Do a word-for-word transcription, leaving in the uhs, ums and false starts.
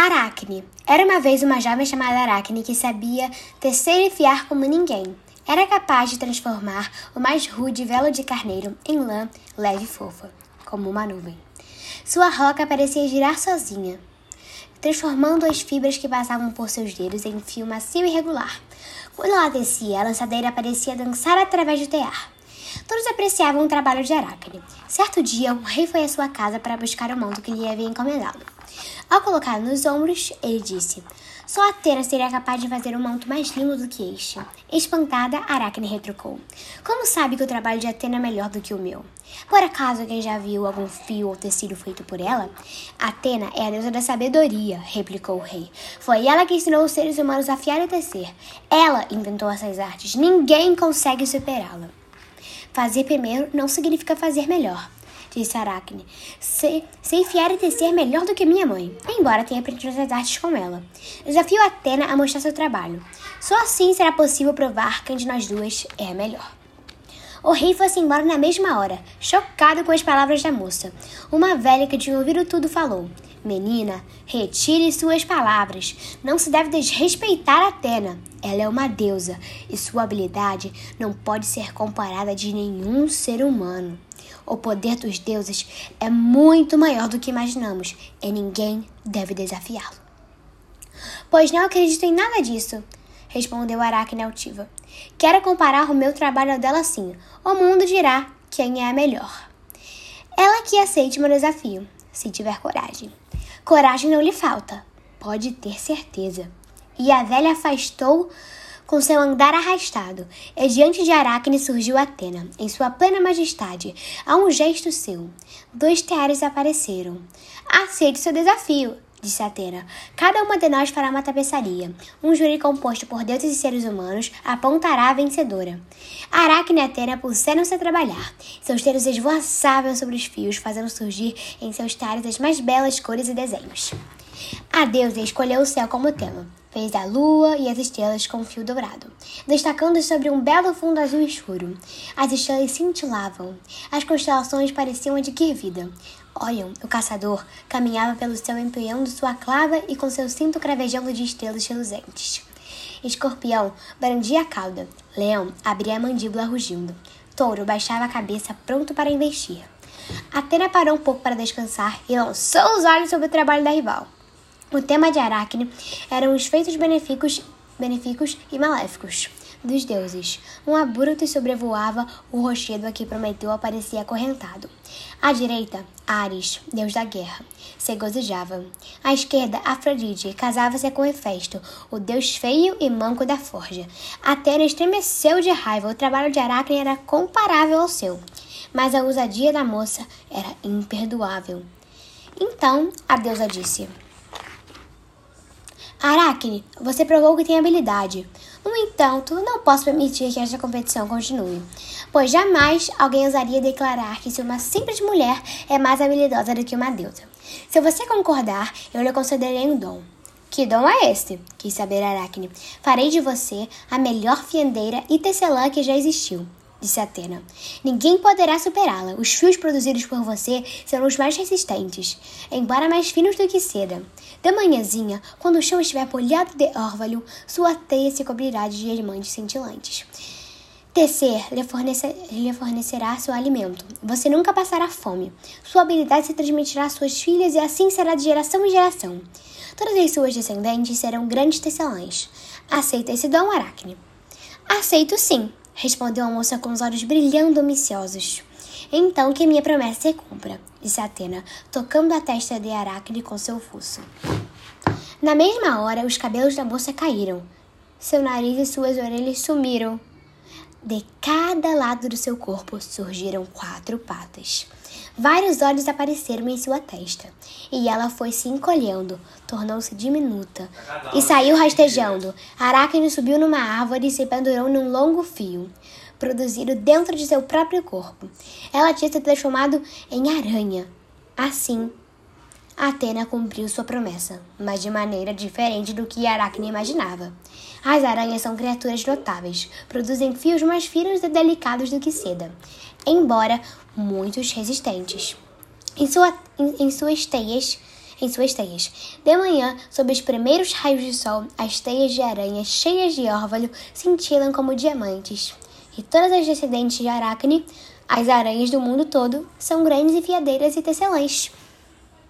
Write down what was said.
Aracne. Era uma vez uma jovem chamada Aracne que sabia tecer e fiar como ninguém. Era capaz de transformar o mais rude velo de carneiro em lã leve e fofa, como uma nuvem. Sua roca parecia girar sozinha, transformando as fibras que passavam por seus dedos em fio macio e regular. Quando ela descia, a lançadeira parecia dançar através do tear. Todos apreciavam o trabalho de Aracne. Certo dia, um rei foi à sua casa para buscar o manto que lhe havia encomendado. Ao colocá-lo nos ombros, ele disse: "Só Atena seria capaz de fazer um manto mais lindo do que este." Espantada, Aracne retrucou: "Como sabe que o trabalho de Atena é melhor do que o meu? Por acaso alguém já viu algum fio ou tecido feito por ela?" "Atena é a deusa da sabedoria", replicou o rei. "Foi ela que ensinou os seres humanos a fiar e tecer. Ela inventou essas artes. Ninguém consegue superá-la." "Fazer primeiro não significa fazer melhor", disse Aracne. Sei, sei fiar e tecer melhor do que minha mãe, embora tenha aprendido essas artes com ela. Desafio Atena a mostrar seu trabalho. Só assim será possível provar quem de nós duas é a melhor." O rei foi-se embora na mesma hora, chocado com as palavras da moça. Uma velha que tinha ouvido tudo falou: "Menina, retire suas palavras. Não se deve desrespeitar Atena. Ela é uma deusa, e sua habilidade não pode ser comparada a de nenhum ser humano. O poder dos deuses é muito maior do que imaginamos, e ninguém deve desafiá-lo." "Pois não acredito em nada disso", respondeu Aracne altiva. "Quero comparar o meu trabalho ao dela sim. O mundo dirá quem é a melhor." "Ela que aceite meu desafio, se tiver coragem." "Coragem não lhe falta, pode ter certeza." E a velha afastou com seu andar arrastado, e diante de Aracne surgiu Atena, em sua plena majestade. A um gesto seu, dois teares apareceram. "Aceite seu desafio", disse Atena. "Cada uma de nós fará uma tapeçaria. Um júri composto por deuses e seres humanos apontará a vencedora." Aracne e Atena puseram-se a trabalhar. Seus dedos esvoaçavam sobre os fios, fazendo surgir em seus teares as mais belas cores e desenhos. A deusa escolheu o céu como tema. Fez a lua e as estrelas com fio dourado, destacando sobre um belo fundo azul escuro. As estrelas cintilavam. As constelações pareciam adquirir vida. Orion, o caçador, caminhava pelo céu empunhando sua clava e com seu cinto cravejando de estrelas reluzentes. Escorpião brandia a cauda. Leão abria a mandíbula rugindo. Touro baixava a cabeça pronto para investir. Atena parou um pouco para descansar e lançou os olhos sobre o trabalho da rival. O tema de Aracne eram os feitos benéficos, benéficos e maléficos dos deuses. Um abrupto sobrevoava o rochedo a que Prometeu aparecia acorrentado. À direita, Ares, deus da guerra, se gozejava. À esquerda, Afrodite casava-se com Hefesto, o deus feio e manco da forja. Atena estremeceu de raiva. O trabalho de Aracne era comparável ao seu, mas a ousadia da moça era imperdoável. Então a deusa disse: "Aracne, você provou que tem habilidade. No entanto, não posso permitir que esta competição continue, pois jamais alguém ousaria declarar que se uma simples mulher é mais habilidosa do que uma deusa. Se você concordar, eu lhe concederei um dom." "Que dom é esse?" quis saber Aracne. "Farei de você a melhor fiandeira e tecelã que já existiu", disse Atena. "Ninguém poderá superá-la. Os fios produzidos por você serão os mais resistentes, embora mais finos do que seda. De manhãzinha, quando o chão estiver polhado de orvalho, sua teia se cobrirá de diamantes cintilantes. Tecer lhe, fornece, lhe fornecerá seu alimento. Você nunca passará fome. Sua habilidade se transmitirá às suas filhas e assim será de geração em geração. Todas as suas descendentes serão grandes tecelãs. Aceita esse dom, Aracne?" "Aceito sim", respondeu a moça com os olhos brilhando ambiciosos. "Então que minha promessa se cumpra", disse Atena, tocando a testa de Aracne com seu fuço. Na mesma hora, os cabelos da moça caíram. Seu nariz e suas orelhas sumiram. De cada lado do seu corpo surgiram quatro patas. Vários olhos apareceram em sua testa, e ela foi se encolhendo, tornou-se diminuta, e saiu rastejando. Aracne subiu numa árvore e se pendurou num longo fio, produzido dentro de seu próprio corpo. Ela tinha se transformado em aranha. Assim, Atena cumpriu sua promessa, mas de maneira diferente do que Aracne imaginava. As aranhas são criaturas notáveis, produzem fios mais finos e delicados do que seda, embora muito resistentes. Em, sua, em, em suas teias em suas teias. De manhã, sob os primeiros raios de sol, as teias de aranha cheias de orvalho cintilam como diamantes. E todas as descendentes de Aracne, as aranhas do mundo todo, são grandes enfiadeiras e tecelãs.